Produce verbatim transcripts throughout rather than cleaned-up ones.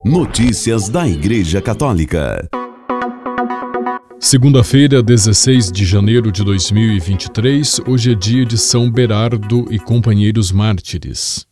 Notícias da Igreja Católica. Segunda-feira, dezesseis de janeiro de dois mil e vinte e três, hoje é dia de São Berardo e companheiros mártires.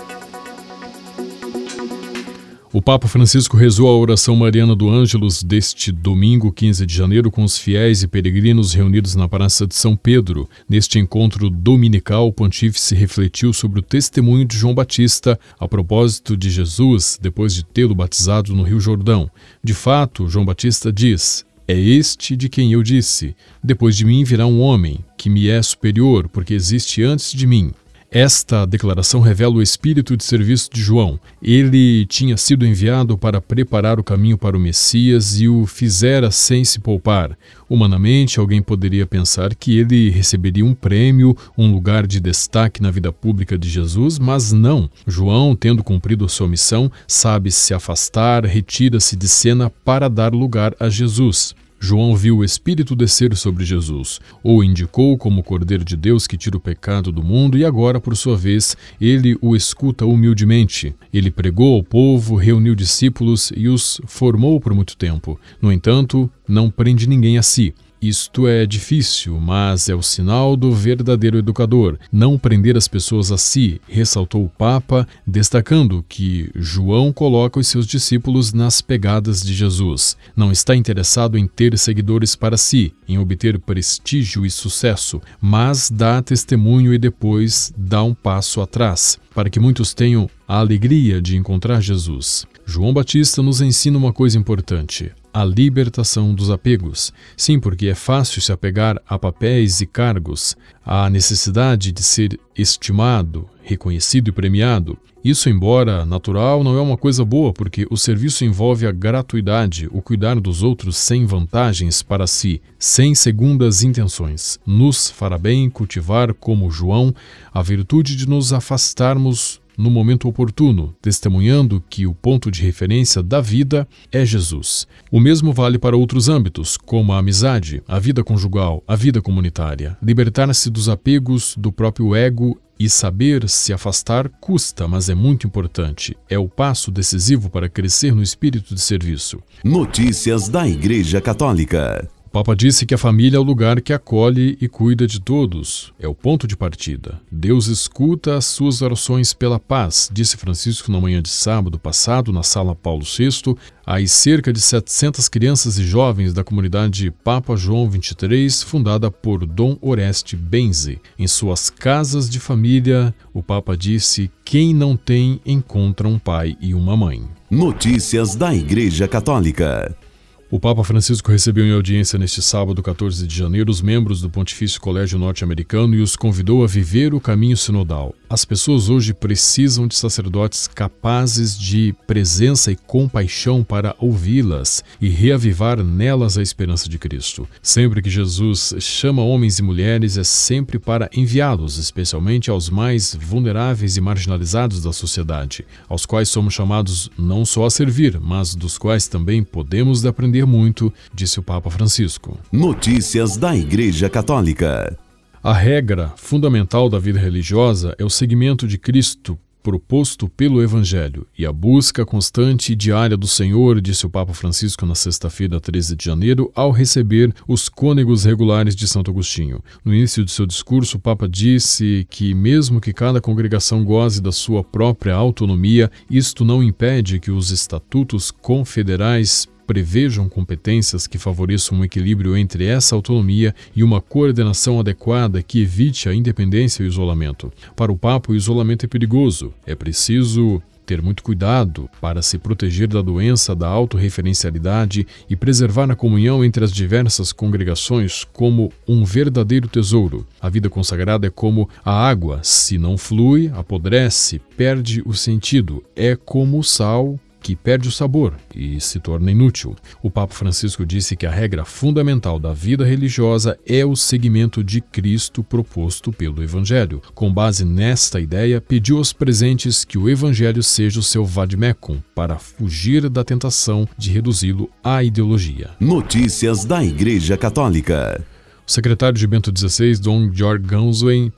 O Papa Francisco rezou a oração mariana do Ângelus deste domingo, quinze de janeiro, com os fiéis e peregrinos reunidos na Praça de São Pedro. Neste encontro dominical, o pontífice refletiu sobre o testemunho de João Batista a propósito de Jesus, depois de tê-lo batizado no Rio Jordão. De fato, João Batista diz: "É este de quem eu disse, depois de mim virá um homem, que me é superior, porque existe antes de mim." Esta declaração revela o espírito de serviço de João. Ele tinha sido enviado para preparar o caminho para o Messias e o fizera sem se poupar. Humanamente, alguém poderia pensar que ele receberia um prêmio, um lugar de destaque na vida pública de Jesus, mas não. João, tendo cumprido a sua missão, sabe se afastar, retira-se de cena para dar lugar a Jesus. João viu o Espírito descer sobre Jesus, o indicou como o Cordeiro de Deus que tira o pecado do mundo e agora, por sua vez, ele o escuta humildemente. Ele pregou ao povo, reuniu discípulos e os formou por muito tempo. No entanto, não prende ninguém a si. Isto é difícil, mas é o sinal do verdadeiro educador, não prender as pessoas a si, ressaltou o Papa, destacando que João coloca os seus discípulos nas pegadas de Jesus. Não está interessado em ter seguidores para si, em obter prestígio e sucesso, mas dá testemunho e depois dá um passo atrás, para que muitos tenham a alegria de encontrar Jesus. João Batista nos ensina uma coisa importante: a libertação dos apegos. Sim, porque é fácil se apegar a papéis e cargos, a necessidade de ser estimado, reconhecido e premiado. Isso, embora natural, não é uma coisa boa, porque o serviço envolve a gratuidade, o cuidar dos outros sem vantagens para si, sem segundas intenções. Nos fará bem cultivar, como João, a virtude de nos afastarmos no momento oportuno, testemunhando que o ponto de referência da vida é Jesus. O mesmo vale para outros âmbitos, como a amizade, a vida conjugal, a vida comunitária. Libertar-se dos apegos do próprio ego e saber se afastar custa, mas é muito importante. É o passo decisivo para crescer no espírito de serviço. Notícias da Igreja Católica. O Papa disse que a família é o lugar que acolhe e cuida de todos. É o ponto de partida. Deus escuta as suas orações pela paz, disse Francisco na manhã de sábado passado, na Sala Paulo sexto, às cerca de setecentas crianças e jovens da comunidade Papa João vinte e três, fundada por Dom Oreste Benzi. Em suas casas de família, o Papa disse: "Quem não tem, encontra um pai e uma mãe." Notícias da Igreja Católica. O Papa Francisco recebeu em audiência neste sábado, quatorze de janeiro, os membros do Pontifício Colégio Norte-Americano e os convidou a viver o caminho sinodal. As pessoas hoje precisam de sacerdotes capazes de presença e compaixão para ouvi-las e reavivar nelas a esperança de Cristo. Sempre que Jesus chama homens e mulheres, é sempre para enviá-los, especialmente aos mais vulneráveis e marginalizados da sociedade, aos quais somos chamados não só a servir, mas dos quais também podemos aprender muito, disse o Papa Francisco. Notícias da Igreja Católica. A regra fundamental da vida religiosa é o seguimento de Cristo proposto pelo Evangelho e a busca constante e diária do Senhor, disse o Papa Francisco na sexta-feira, treze de janeiro, ao receber os cônegos regulares de Santo Agostinho. No início de seu discurso, o Papa disse que, mesmo que cada congregação goze da sua própria autonomia, isto não impede que os estatutos confederais prevejam competências que favoreçam um equilíbrio entre essa autonomia e uma coordenação adequada que evite a independência e o isolamento. Para o Papa, o isolamento é perigoso. É preciso ter muito cuidado para se proteger da doença da autorreferencialidade e preservar a comunhão entre as diversas congregações como um verdadeiro tesouro. A vida consagrada é como a água: se não flui, apodrece, perde o sentido. É como o sal, que perde o sabor e se torna inútil. O Papa Francisco disse que a regra fundamental da vida religiosa é o seguimento de Cristo proposto pelo Evangelho. Com base nesta ideia, pediu aos presentes que o Evangelho seja o seu vademecum para fugir da tentação de reduzi-lo à ideologia. Notícias da Igreja Católica. O secretário de Bento dezesseis, Dom George Ganswein,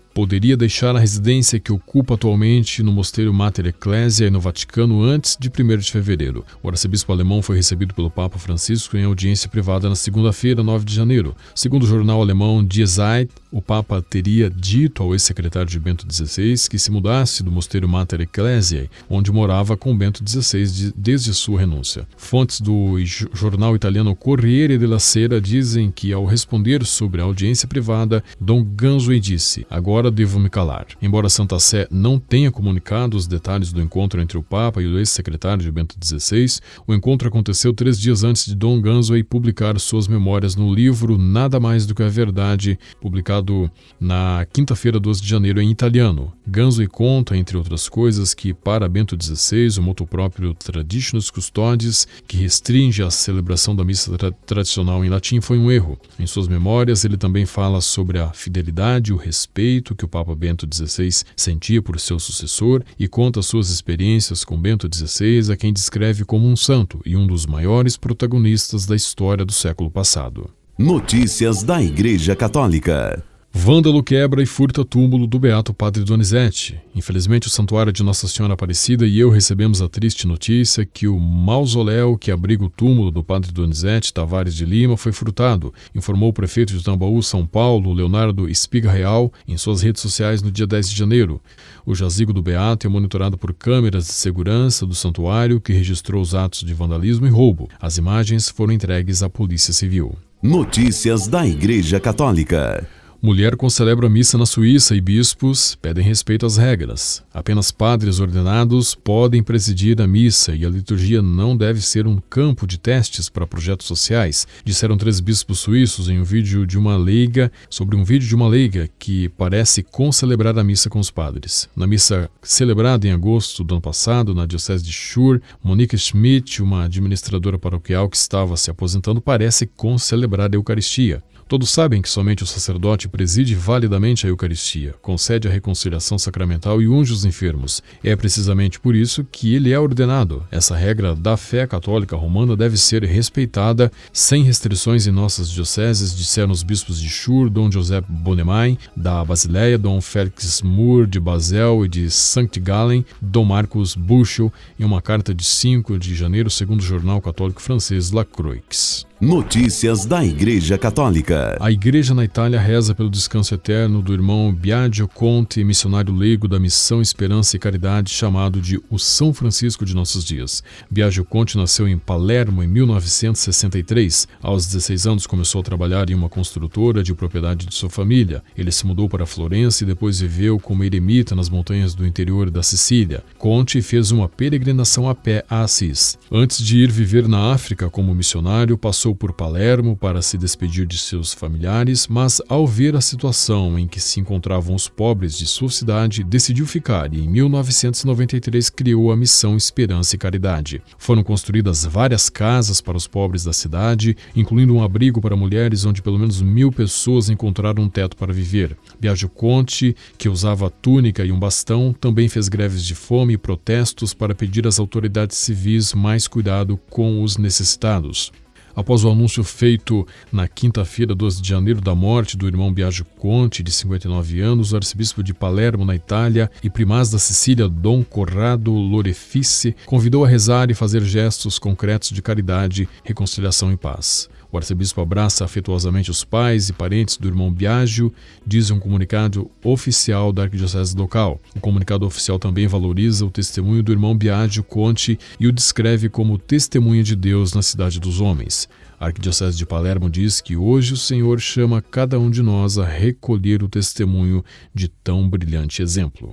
poderia deixar a residência que ocupa atualmente no Mosteiro Mater Ecclesiae no Vaticano antes de primeiro de fevereiro. O arcebispo alemão foi recebido pelo Papa Francisco em audiência privada na segunda-feira, nove de janeiro. Segundo o jornal alemão Die Zeit, o Papa teria dito ao ex-secretário de Bento dezesseis que se mudasse do Mosteiro Mater Ecclesiae, onde morava com Bento dezesseis de, desde sua renúncia. Fontes do jornal italiano Corriere della Sera dizem que, ao responder sobre a audiência privada, Dom Ganzoe disse: "Agora devo me calar." Embora a Santa Sé não tenha comunicado os detalhes do encontro entre o Papa e o ex-secretário de Bento dezesseis, o encontro aconteceu três dias antes de Dom Ganzoe publicar suas memórias no livro Nada Mais do que a Verdade, publicado na quinta-feira, doze de janeiro, em italiano. Ganzoe conta, entre outras coisas, que para Bento dezesseis, o motu próprio Traditionis Custodes, que restringe a celebração da missa tra- tradicional em latim, foi um erro. Em suas memórias, ele também fala sobre a fidelidade e o respeito que o Papa Bento dezesseis sentia por seu sucessor e conta suas experiências com Bento dezesseis, a quem descreve como um santo e um dos maiores protagonistas da história do século passado. Notícias da Igreja Católica. Vândalo quebra e furta túmulo do beato Padre Donizete. Infelizmente, o Santuário de Nossa Senhora Aparecida e eu recebemos a triste notícia que o mausoléu que abriga o túmulo do Padre Donizete Tavares de Lima foi furtado, informou o prefeito de Tambaú, São Paulo, Leonardo Espiga Real, em suas redes sociais no dia dez de janeiro. O jazigo do beato é monitorado por câmeras de segurança do santuário, que registrou os atos de vandalismo e roubo. As imagens foram entregues à Polícia Civil. Notícias da Igreja Católica. Mulher concelebra missa na Suíça e bispos pedem respeito às regras. Apenas padres ordenados podem presidir a missa e a liturgia não deve ser um campo de testes para projetos sociais, disseram três bispos suíços em um vídeo de uma leiga, sobre um vídeo de uma leiga que parece concelebrar a missa com os padres. Na missa celebrada em agosto do ano passado, na diocese de Chur, Monique Schmidt, uma administradora paroquial que estava se aposentando, parece concelebrar a Eucaristia. Todos sabem que somente o sacerdote preside validamente a Eucaristia, concede a reconciliação sacramental e unge os enfermos. É precisamente por isso que ele é ordenado. Essa regra da fé católica romana deve ser respeitada sem restrições em nossas dioceses, disseram os bispos de Chur, Dom José Bonemain, da Basileia, Dom Félix Moore, de Basel e de Sankt Gallen, Dom Marcos Buchel, em uma carta de cinco de janeiro, segundo o jornal católico francês La Croix. Notícias da Igreja Católica. A Igreja na Itália reza pelo descanso eterno do irmão Biagio Conti, missionário leigo da Missão Esperança e Caridade, chamado de o São Francisco de nossos dias. Biagio Conti nasceu em Palermo em mil novecentos e sessenta e três. Aos dezesseis anos começou a trabalhar em uma construtora de propriedade de sua família. Ele se mudou para Florença e depois viveu como eremita nas montanhas do interior da Sicília. Conti fez uma peregrinação a pé a Assis. Antes de ir viver na África como missionário, passou por Palermo para se despedir de seus familiares, mas ao ver a situação em que se encontravam os pobres de sua cidade, decidiu ficar e em mil novecentos e noventa e três criou a Missão Esperança e Caridade. Foram construídas várias casas para os pobres da cidade, incluindo um abrigo para mulheres onde pelo menos mil pessoas encontraram um teto para viver. Biagio Conti, que usava túnica e um bastão, também fez greves de fome e protestos para pedir às autoridades civis mais cuidado com os necessitados. Após o anúncio feito na quinta-feira, doze de janeiro, da morte do irmão Biagio Conti, de cinquenta e nove anos, o arcebispo de Palermo, na Itália, e primaz da Sicília, Dom Corrado Lorefice, convidou a rezar e fazer gestos concretos de caridade, reconciliação e paz. O arcebispo abraça afetuosamente os pais e parentes do irmão Biagio, diz um comunicado oficial da arquidiocese local. O comunicado oficial também valoriza o testemunho do irmão Biagio Conti e o descreve como testemunha de Deus na cidade dos homens. A arquidiocese de Palermo diz que hoje o Senhor chama cada um de nós a recolher o testemunho de tão brilhante exemplo.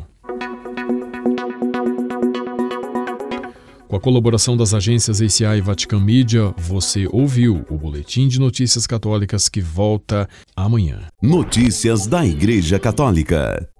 Com a colaboração das agências A C I e Vatican Media, você ouviu o Boletim de Notícias Católicas, que volta amanhã. Notícias da Igreja Católica.